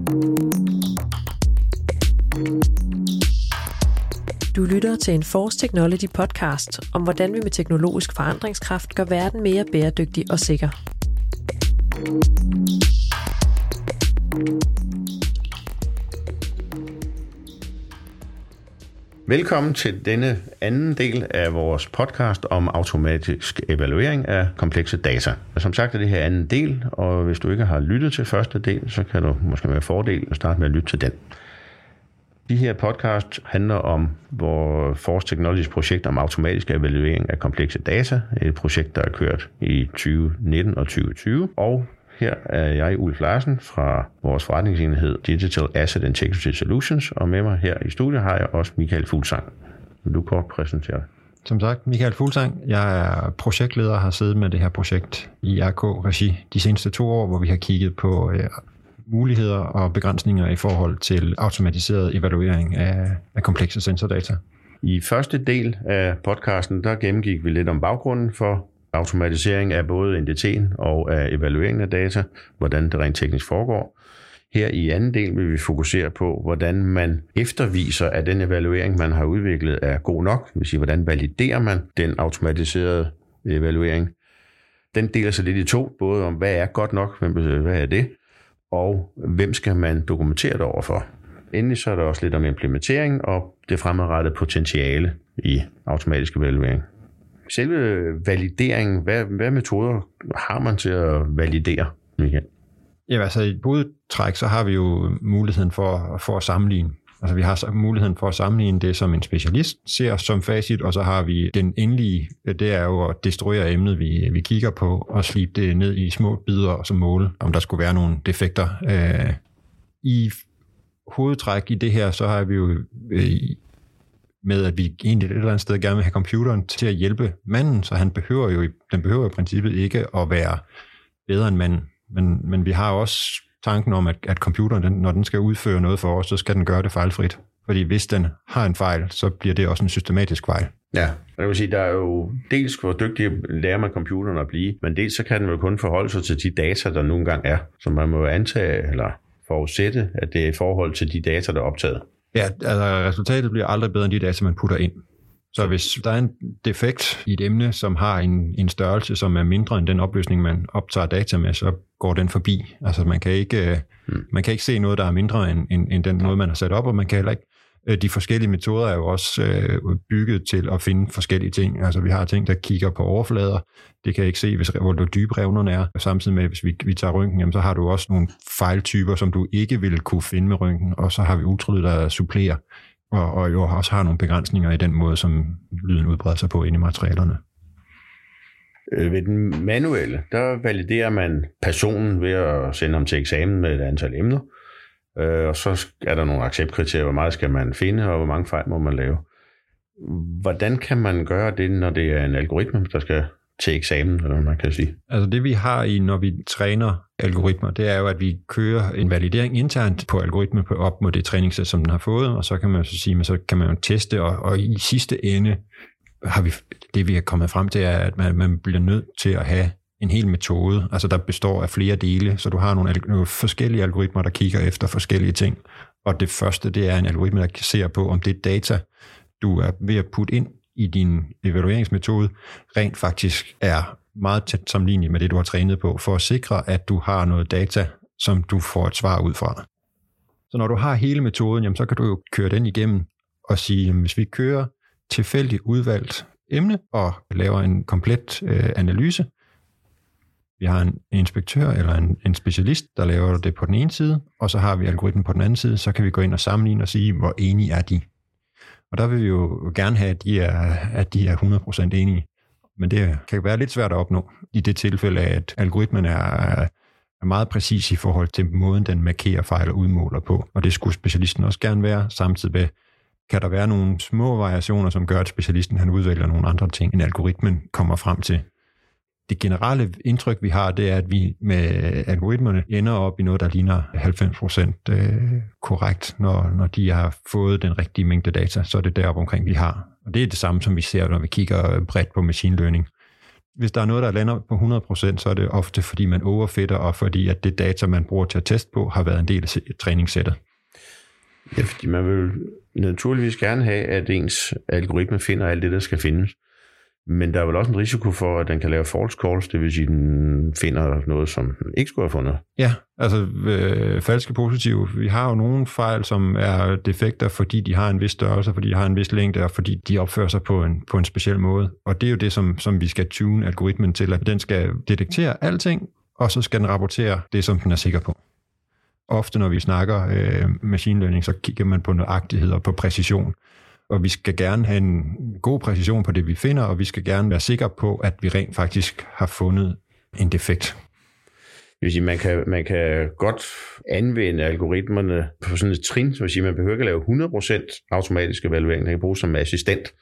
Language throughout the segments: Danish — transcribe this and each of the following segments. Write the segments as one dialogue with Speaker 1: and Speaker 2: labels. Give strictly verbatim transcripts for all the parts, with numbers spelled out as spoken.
Speaker 1: Du lytter til en Force Technology podcast om, hvordan vi med teknologisk forandringskraft gør verden mere bæredygtig og sikker.
Speaker 2: Velkommen til denne anden del af vores podcast om automatisk evaluering af komplekse data. Som sagt er det her anden del, og hvis du ikke har lyttet til første del, så kan du måske med fordel at starte med at lytte til den. De her podcast handler om vores Force Technologies projekt om automatisk evaluering af komplekse data. Et projekt, der er kørt i tyve nitten og tyve tyve. Og her er jeg, Ulf Larsen, fra vores forretningsenhed Digital Asset Integrity Solutions, og med mig her i studiet har jeg også Michael Fuglsang. Vil du kort præsentere dig?
Speaker 3: Som sagt, Michael Fuglsang. Jeg er projektleder og har siddet med det her projekt i R K-regi de seneste to år, hvor vi har kigget på øh, muligheder og begrænsninger i forhold til automatiseret evaluering af, af komplekse sensordata.
Speaker 2: I første del af podcasten, der gennemgik vi lidt om baggrunden for automatisering af både N D T'en og af evalueringen af data, hvordan det rent teknisk foregår. Her i anden del vil vi fokusere på, hvordan man efterviser, at den evaluering, man har udviklet, er god nok. Det vil sige, hvordan validerer man den automatiserede evaluering. Den deler sig lidt i to, både om, hvad er godt nok, hvad er det, og hvem skal man dokumentere det overfor. Endelig så er der også lidt om implementering og det fremadrettede potentiale i automatisk evaluering. Selve valideringen, hvad, hvad metoder har man til at validere, Michael?
Speaker 3: Ja, altså i hovedtræk, så har vi jo muligheden for, for at sammenligne. Altså vi har muligheden for at sammenligne det, som en specialist ser som facit, og så har vi den endelige, det er jo at destruere emnet, vi, vi kigger på, og slibe det ned i små bidder og så måle, om der skulle være nogle defekter. Øh, I hovedtræk i det her, så har vi jo øh, med, at vi egentlig et eller andet sted gerne vil have computeren til at hjælpe manden, så han behøver jo, den behøver i princippet ikke at være bedre end manden. Men, men vi har også tanken om, at, at computeren, den, når den skal udføre noget for os, så skal den gøre det fejlfrit. Fordi hvis den har en fejl, så bliver det også en systematisk fejl.
Speaker 2: Ja, det vil sige, der er jo dels, hvor dygtig lærer man computeren at blive, men dels så kan den jo kun forholde sig til de data, der nogle gange er. Så man må jo antage, eller forudsætte, at det er i forhold til de data, der er optaget.
Speaker 3: Ja, altså resultatet bliver aldrig bedre end de data, man putter ind. Så hvis der er en defekt i et emne, som har en, en størrelse, som er mindre end den opløsning, man optager data med, så går den forbi. Altså man kan ikke, hmm. man kan ikke se noget, der er mindre end, end, end den noget, man har sat op, og man kan heller ikke. De forskellige metoder er jo også øh, bygget til at finde forskellige ting. Altså vi har ting, der kigger på overflader. Det kan jeg ikke se, hvis, hvor dybe revnerne er. Samtidig med, hvis vi, vi tager røntgen, jamen, så har du også nogle fejltyper, som du ikke ville kunne finde med røntgen. Og så har vi ultralyd, der supplerer. Og, og jo også har nogle begrænsninger i den måde, som lyden udbreder sig på inde i materialerne.
Speaker 2: Ved den manuelle, der validerer man personen ved at sende ham til eksamen med et antal emner. Og så er der nogle acceptkriterier, hvor meget skal man finde, og hvor mange fejl må man lave. Hvordan kan man gøre det, når det er en algoritme, der skal til eksamen, eller hvad man kan sige?
Speaker 3: Altså det vi har i, når vi træner algoritmer, det er jo, at vi kører en validering internt på algoritmen på op mod det træningssæt, som den har fået, og så kan man så sige, men så kan man jo teste, og, og i sidste ende har vi, det vi er kommet frem til, er, at man, man bliver nødt til at have en hel metode, altså der består af flere dele, så du har nogle, nogle forskellige algoritmer, der kigger efter forskellige ting, og det første, det er en algoritme, der ser på, om det data, du er ved at putte ind i din evalueringsmetode, rent faktisk er meget tæt sammenlignet med det, du har trænet på, for at sikre, at du har noget data, som du får et svar ud fra. Så når du har hele metoden, jamen, så kan du jo køre den igennem og sige, jamen, hvis vi kører tilfældigt udvalgt emne og laver en komplet øh, analyse, vi har en inspektør eller en, en specialist, der laver det på den ene side, og så har vi algoritmen på den anden side, så kan vi gå ind og sammenligne og sige, hvor enige er de. Og der vil vi jo gerne have, at de er, at de er hundrede procent enige. Men det kan være lidt svært at opnå i det tilfælde, at algoritmen er, er meget præcis i forhold til måden, den markerer fejl og udmåler på. Og det skulle specialisten også gerne være. Samtidig med, kan der være nogle små variationer, som gør, at specialisten han udvælger nogle andre ting, end algoritmen kommer frem til. Det generelle indtryk, vi har, det er, at vi med algoritmerne ender op i noget, der ligner halvfems procent korrekt, når, når de har fået den rigtige mængde data, så er det deroppe omkring, vi har. Og det er det samme, som vi ser, når vi kigger bredt på machine learning. Hvis der er noget, der lander på hundrede procent, så er det ofte, fordi man overfitter, og fordi at det data, man bruger til at teste på, har været en del af træningssættet.
Speaker 2: Ja, fordi man vil naturligvis gerne have, at ens algoritme finder alt det, der skal findes. Men der er vel også en risiko for, at den kan lave false calls, det vil sige, at den finder noget, som den ikke skulle have fundet.
Speaker 3: Ja, altså øh, falske positive. Vi har jo nogle fejl, som er defekter, fordi de har en vis størrelse, fordi de har en vis længde, og fordi de opfører sig på en, på en speciel måde. Og det er jo det, som, som vi skal tune algoritmen til, at den skal detektere alting, og så skal den rapportere det, som den er sikker på. Ofte, når vi snakker øh, machine learning, så kigger man på nøjagtighed og på præcision. Og vi skal gerne have en god præcision på det, vi finder, og vi skal gerne være sikre på, at vi rent faktisk har fundet en defekt.
Speaker 2: Det vil sige, man kan, man kan godt anvende algoritmerne på sådan et trin, så vil sige, man behøver ikke at lave hundrede procent automatisk evaluering. Den kan bruges som assistent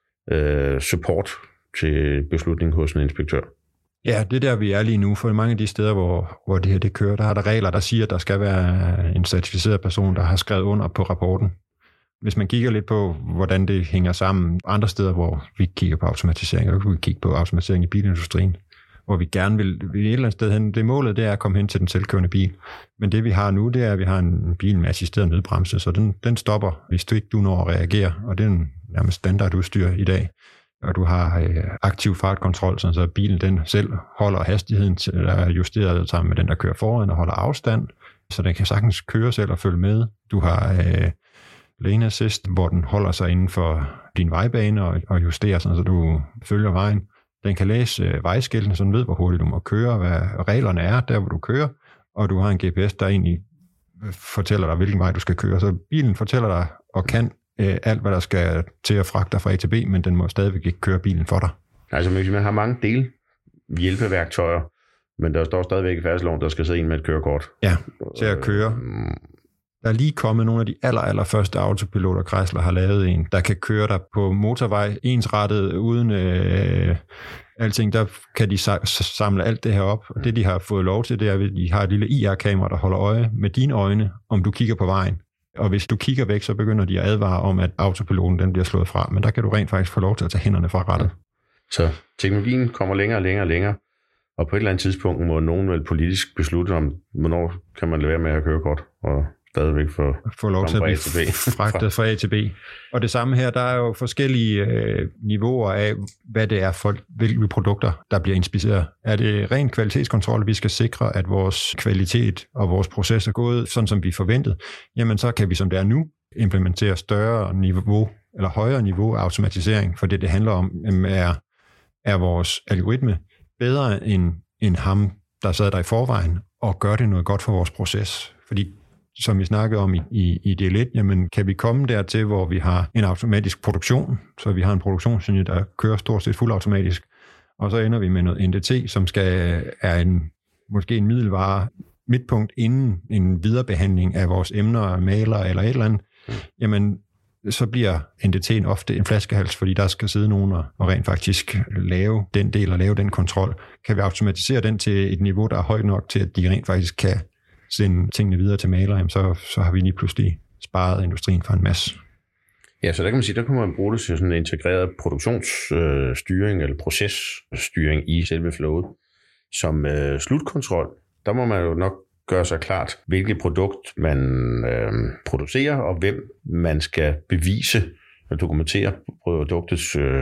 Speaker 2: øh, support til beslutning hos en inspektør.
Speaker 3: Ja, det er der, vi er lige nu. For mange af de steder, hvor, hvor det her det kører, der er der regler, der siger, at der skal være en certificeret person, der har skrevet under på rapporten. Hvis man kigger lidt på, hvordan det hænger sammen andre steder, hvor vi kigger på automatisering, og vi kan kigge på automatisering i bilindustrien, hvor vi gerne vil, vil et eller andet sted hen, det målet, det er at komme hen til den selvkørende bil. Men det vi har nu, det er, at vi har en bil med assisteret nødbremse, så den, den stopper, hvis du ikke du når at reagere, og det er en nærmest standardudstyr i dag. Og du har øh, aktiv fartkontrol, så bilen den selv holder hastigheden, der er justeret sammen med den, der kører foran og holder afstand, så den kan sagtens køre selv og følge med. Du har øh, lane assist, hvor den holder sig inden for din vejbane og, og justerer, sådan, så du følger vejen. Den kan læse øh, vejskiltene, så den ved, hvor hurtigt du må køre, hvad reglerne er, der hvor du kører, og du har en G P S, der egentlig fortæller dig, hvilken vej du skal køre. Så bilen fortæller dig og kan øh, alt, hvad der skal til at fragte dig fra A til B, men den må stadigvæk ikke køre bilen for dig. Altså,
Speaker 2: man har mange del hjælpeværktøjer, men der står stadigvæk i færdselsloven, der skal sidde en med et kørekort.
Speaker 3: Ja, til at køre. Der er lige kommet nogle af de aller, aller første autopiloter, Chrysler har lavet en, der kan køre dig på motorvej ensrettet, uden øh, alting. Der kan de samle alt det her op, og det de har fået lov til, det er, at de har et lille I R-kamera, der holder øje med dine øjne, om du kigger på vejen. Og hvis du kigger væk, så begynder de at advare om, at autopiloten den bliver slået fra, men der kan du rent faktisk få lov til at tage hænderne fra rattet.
Speaker 2: Så teknologien kommer længere og længere og længere, og på et eller andet tidspunkt må nogen vel politisk beslutte om, hvornår kan man lade være med at have kørekort, og stadigvæk få,
Speaker 3: få lov til at blive fragtet fra A til B. Og det samme her, der er jo forskellige øh, niveauer af, hvad det er for hvilke produkter, der bliver inspiceret. Er det ren kvalitetskontrol, vi skal sikre, at vores kvalitet og vores proces er gået sådan, som vi forventede, jamen så kan vi, som det er nu, implementere større niveau, eller højere niveau af automatisering, for det, det handler om, er, er vores algoritme bedre end, end ham, der sad der i forvejen, og gør det noget godt for vores proces. Fordi som vi snakkede om i, i, i del et, jamen kan vi komme dertil, hvor vi har en automatisk produktion, så vi har en produktionslinje, der kører stort set fuldautomatisk, og så ender vi med noget N D T, som skal er en, måske en middelvare midtpunkt inden en viderebehandling af vores emner, maler eller et eller andet, jamen så bliver N D T'en ofte en flaskehals, fordi der skal sidde nogen og, og rent faktisk lave den del og lave den kontrol. Kan vi automatisere den til et niveau, der er højt nok til, at de rent faktisk kan sende tingene videre til maler, jamen så, så har vi lige pludselig sparet industrien for en masse.
Speaker 2: Ja, så der kan man sige, der kan man bruge det til sådan en integreret produktionsstyring eller processtyring i selve flowet. Som øh, slutkontrol, der må man jo nok gøre sig klart, hvilket produkt man øh, producerer, og hvem man skal bevise og dokumentere produktets øh,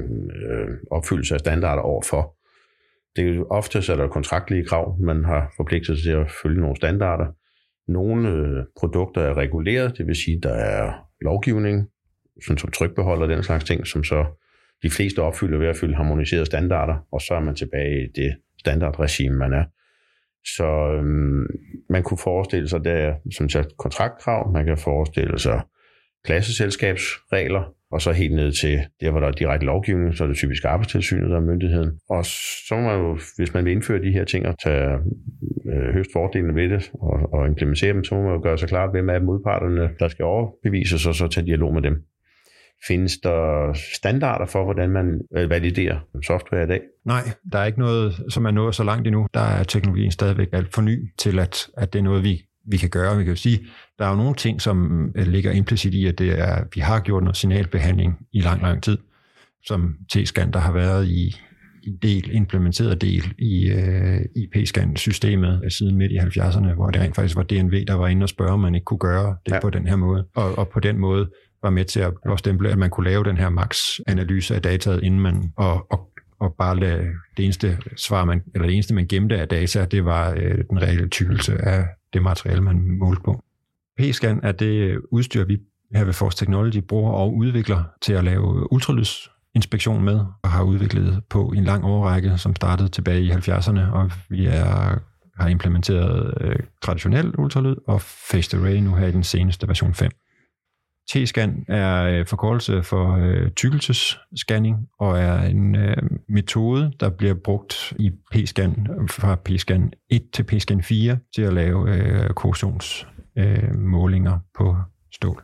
Speaker 2: øh, opfyldelse af standarder overfor. Det er jo ofte, så er der kontraktlige krav, man har forpligtet sig til at følge nogle standarder. Nogle øh, produkter er reguleret, det vil sige, der er lovgivning, sådan som trykbeholder og den slags ting, som så de fleste opfylder ved at fylde harmoniserede standarder, og så er man tilbage i det standardregime, man er. Så øhm, man kunne forestille sig, der er som sagt kontraktkrav, man kan forestille sig klasseselskabsregler, og så helt ned til der, hvor der er direkte lovgivning, så er det typisk Arbejdstilsynet, der er myndigheden. Og så må man jo, hvis man vil indføre de her ting og tage øh, høst fordelene ved det og, og implementere dem, så må man jo gøre sig klart, hvem er modparterne, der skal overbevises, og så tage dialog med dem. Findes der standarder for, hvordan man validerer software i dag?
Speaker 3: Nej, der er ikke noget, som er nået så langt endnu. Der er teknologien stadigvæk alt for ny til, at, at det er noget, vi, vi kan gøre. Vi kan jo sige, der er jo nogle ting, som ligger implicit i, at det er, vi har gjort noget signalbehandling i lang, lang tid, som T-scan, der har været i, en del, implementeret del i, øh, i P-scan-systemet siden midt i halvfjerdserne, hvor det rent faktisk var D N V, der var inde og spørge, om man ikke kunne gøre det ja. på den her måde. Og, og på den måde var med til at blåstemple, at man kunne lave den her max-analyse af dataet, inden man og, og, og bare lade det eneste svar, man, eller det eneste, man gemte af data, det var øh, den reelle tykkelse af det materiale, man målte på. P-scan er det udstyr, vi her ved Force Technology bruger og udvikler til at lave ultralydsinspektion med, og har udviklet på en lang årrække, som startede tilbage i halvfjerdserne, og vi er, har implementeret øh, traditionel ultralyd og phased array nu her i den seneste version fem. T-scan er øh, forkortelse for øh, tykkelsesscanning og er en øh, metode, der bliver brugt i P-scan fra P-scan et til P-scan fire til at lave øh, korrosionsmålinger øh, på stål.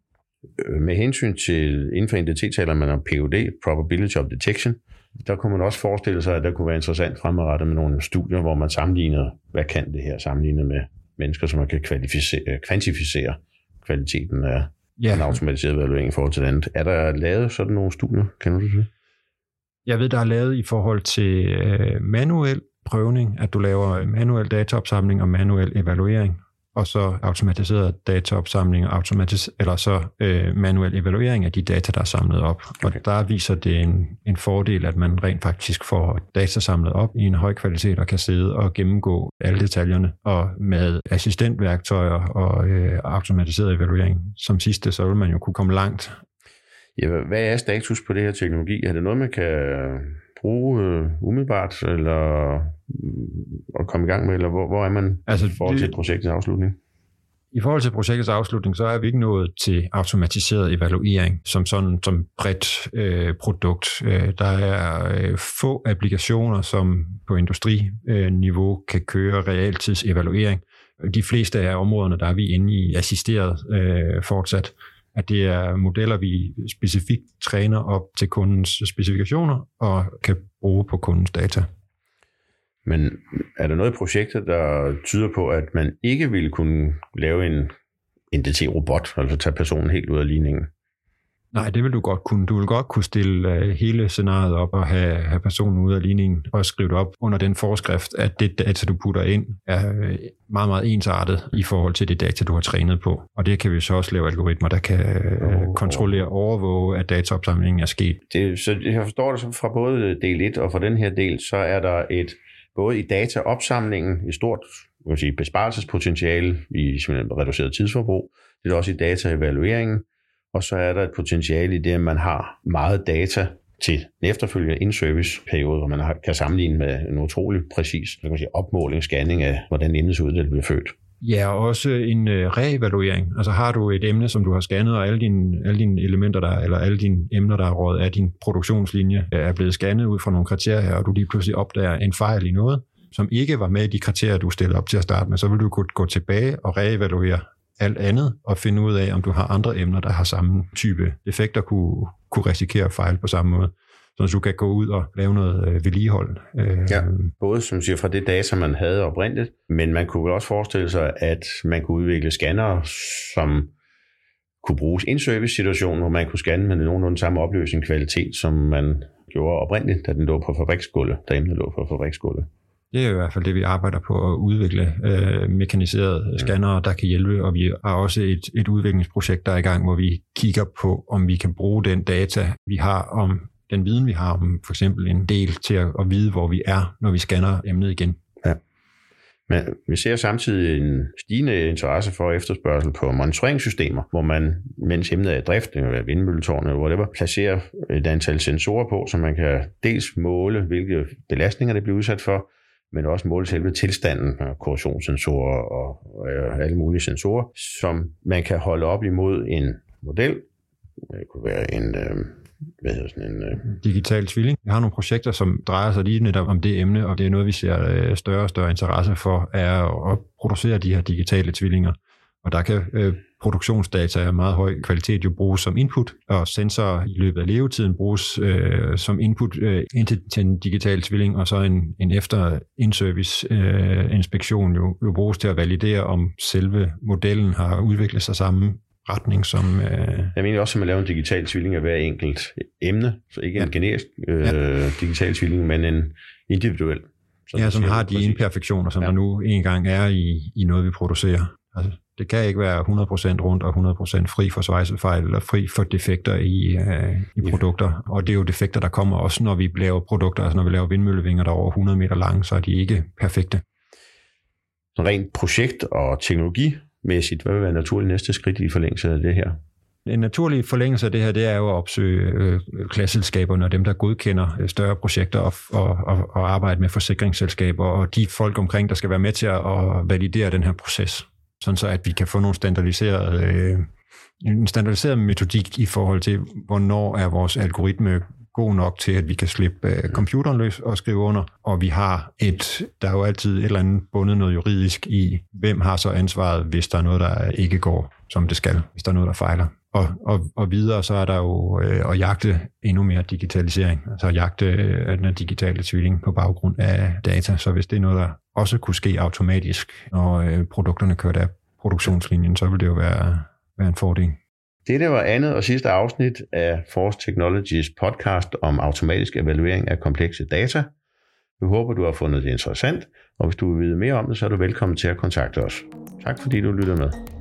Speaker 2: Med hensyn til, inden for N D T taler man om P O D, Probability of Detection. Der kunne man også forestille sig, at der kunne være interessant fremadrettet med nogle studier, hvor man sammenligner, hvad kan det her sammenlignet med mennesker, som man kan kvantificere kvaliteten af ja. en automatiseret evaluering i forhold til det andet. Er der lavet sådan nogle studier, kan du sige?
Speaker 3: Jeg ved, der er lavet i forhold til øh, manuel prøvning, at du laver manuel dataopsamling og manuel evaluering, og så automatiseret dataopsamling og automatis- eller så øh, manuel evaluering af de data, der er samlet op. Okay. Og der viser det en, en fordel, at man rent faktisk får data samlet op i en høj kvalitet og kan sidde og gennemgå alle detaljerne. Og med assistentværktøjer og øh, automatiseret evaluering som sidste, så vil man jo kunne komme langt.
Speaker 2: Ja, hvad er status på det her teknologi? Er det noget, man kan bruge øh, umiddelbart, eller at komme i gang med, eller hvor, hvor er man altså, i forhold til projektets afslutning?
Speaker 3: I forhold til projektets afslutning, så er vi ikke nået til automatiseret evaluering som sådan som bredt øh, produkt. Øh, der er øh, få applikationer, som på industriniveau kan køre realtidsevaluering. De fleste af områderne, der er vi inde i assisteret øh, fortsat, at det er modeller, vi specifikt træner op til kundens specifikationer og kan bruge på kundens data.
Speaker 2: Men er der noget i projektet, der tyder på, at man ikke ville kunne lave en N D T-robot, altså tage personen helt ud af ligningen?
Speaker 3: Nej, det vil du godt kunne. Du vil godt kunne stille hele scenariet op og have, have personen ude af ligningen og skrive det op under den forskrift, at det data, du putter ind, er meget, meget ensartet i forhold til det data, du har trænet på. Og det kan vi så også lave algoritmer, der kan oh, kontrollere og overvåge, at dataopsamlingen er sket. Det,
Speaker 2: så jeg forstår det så fra både del et og fra den her del, så er der et, både i dataopsamlingen, et stort vil sige, besparelsespotentiale i reduceret tidsforbrug, det er også i dataevalueringen, og så er der et potentiale i det, at man har meget data til en efterfølgende in-service-periode, hvor man har, kan sammenligne med en utrolig præcis kan man sige, opmåling, scanning af, hvordan emnet så ud, det bliver født.
Speaker 3: Ja, og også en øh, reevaluering. Altså har du et emne, som du har scannet, og alle dine, alle dine elementer, der, eller alle dine emner, der er råd af din produktionslinje, er blevet scannet ud fra nogle kriterier, og du lige pludselig opdager en fejl i noget, som ikke var med i de kriterier, du stillede op til at starte med, så vil du kunne gå tilbage og reevaluere alt andet, og finde ud af, om du har andre emner, der har samme type defekter, kunne, kunne risikere at fejle på samme måde. Så du kan gå ud og lave noget øh, vedligehold. Øh,
Speaker 2: ja, både som siger fra det data, man havde oprindeligt, men man kunne vel også forestille sig, at man kunne udvikle scannere, som kunne bruges i en service-situation, hvor man kunne scanne med nogenlunde samme opløsning kvalitet, som man gjorde oprindeligt, da den lå på fabriksgulvet, da emnet lå på fabriksgulvet.
Speaker 3: Det er i hvert fald det, vi arbejder på at udvikle øh, mekaniserede scannere, der kan hjælpe, og vi har også et, et udviklingsprojekt, der er i gang, hvor vi kigger på, om vi kan bruge den data, vi har om, den viden, vi har om for eksempel en del til at, at vide, hvor vi er, når vi scanner emnet igen.
Speaker 2: Ja. Men vi ser samtidig en stigende interesse for efterspørgsel på monitoreringssystemer, hvor man, mens emnet er i drift, det kan være vindmølletårne eller whatever, placerer et antal sensorer på, så man kan dels måle, hvilke belastninger det bliver udsat for, men også måle selve tilstanden af korrosionssensorer og, og alle mulige sensorer, som man kan holde op imod en model. Det kunne være en, øh, hvad hedder sådan en... Øh...
Speaker 3: digital tvilling. Vi har nogle projekter, som drejer sig lige netop om det emne, og det er noget, vi ser større og større interesse for, er at producere de her digitale tvillinger. Og der kan øh, produktionsdata af meget høj kvalitet jo bruges som input, og sensorer i løbet af levetiden bruges øh, som input øh, ind til, til en digital tvilling, og så en, en efter in-service øh, inspektion jo, jo bruges til at validere, om selve modellen har udviklet sig samme retning, som... Øh...
Speaker 2: Jeg mener også, at man laver en digital tvilling af hver enkelt emne, så ikke ja. en generisk øh, ja. digital tvilling, men en individuel.
Speaker 3: Som ja, som har de præcis. imperfektioner, som ja. der nu engang er i, i noget, vi producerer. Altså, det kan ikke være hundrede procent rundt og hundrede procent fri for svejsefejl eller fri for defekter i, øh, i produkter. Og det er jo defekter, der kommer også, når vi laver produkter, altså når vi laver vindmøllevinger, der er over hundrede meter lange, så er de ikke perfekte.
Speaker 2: Så rent projekt- og teknologimæssigt, hvad vil være naturligt næste skridt i forlængelse af det her?
Speaker 3: En naturlig forlængelse af det her, det er jo at opsøge øh, klasseselskaberne og dem, der godkender øh, større projekter og, og, og, og arbejde med forsikringsselskaber og de folk omkring, der skal være med til at, at validere den her proces. Sådan så, at vi kan få nogle standardiserede, øh, en standardiseret metodik i forhold til, hvornår er vores algoritme god nok til, at vi kan slippe øh, computeren løs og skrive under, og vi har et, der er jo altid et eller andet bundet noget juridisk i, hvem har så ansvaret, hvis der er noget, der ikke går, som det skal, hvis der er noget, der fejler. Og, og, og videre, så er der jo øh, at jagte endnu mere digitalisering, altså at jagte øh, den digitale tvilling på baggrund af data, så hvis det er noget, der også kunne ske automatisk, når øh, produkterne kører af produktionslinjen, så vil det jo være, være en fordel.
Speaker 2: Dette var andet og sidste afsnit af Force Technologies podcast om automatisk evaluering af komplekse data. Vi håber, du har fundet det interessant, og hvis du vil vide mere om det, så er du velkommen til at kontakte os. Tak fordi du lyttede med.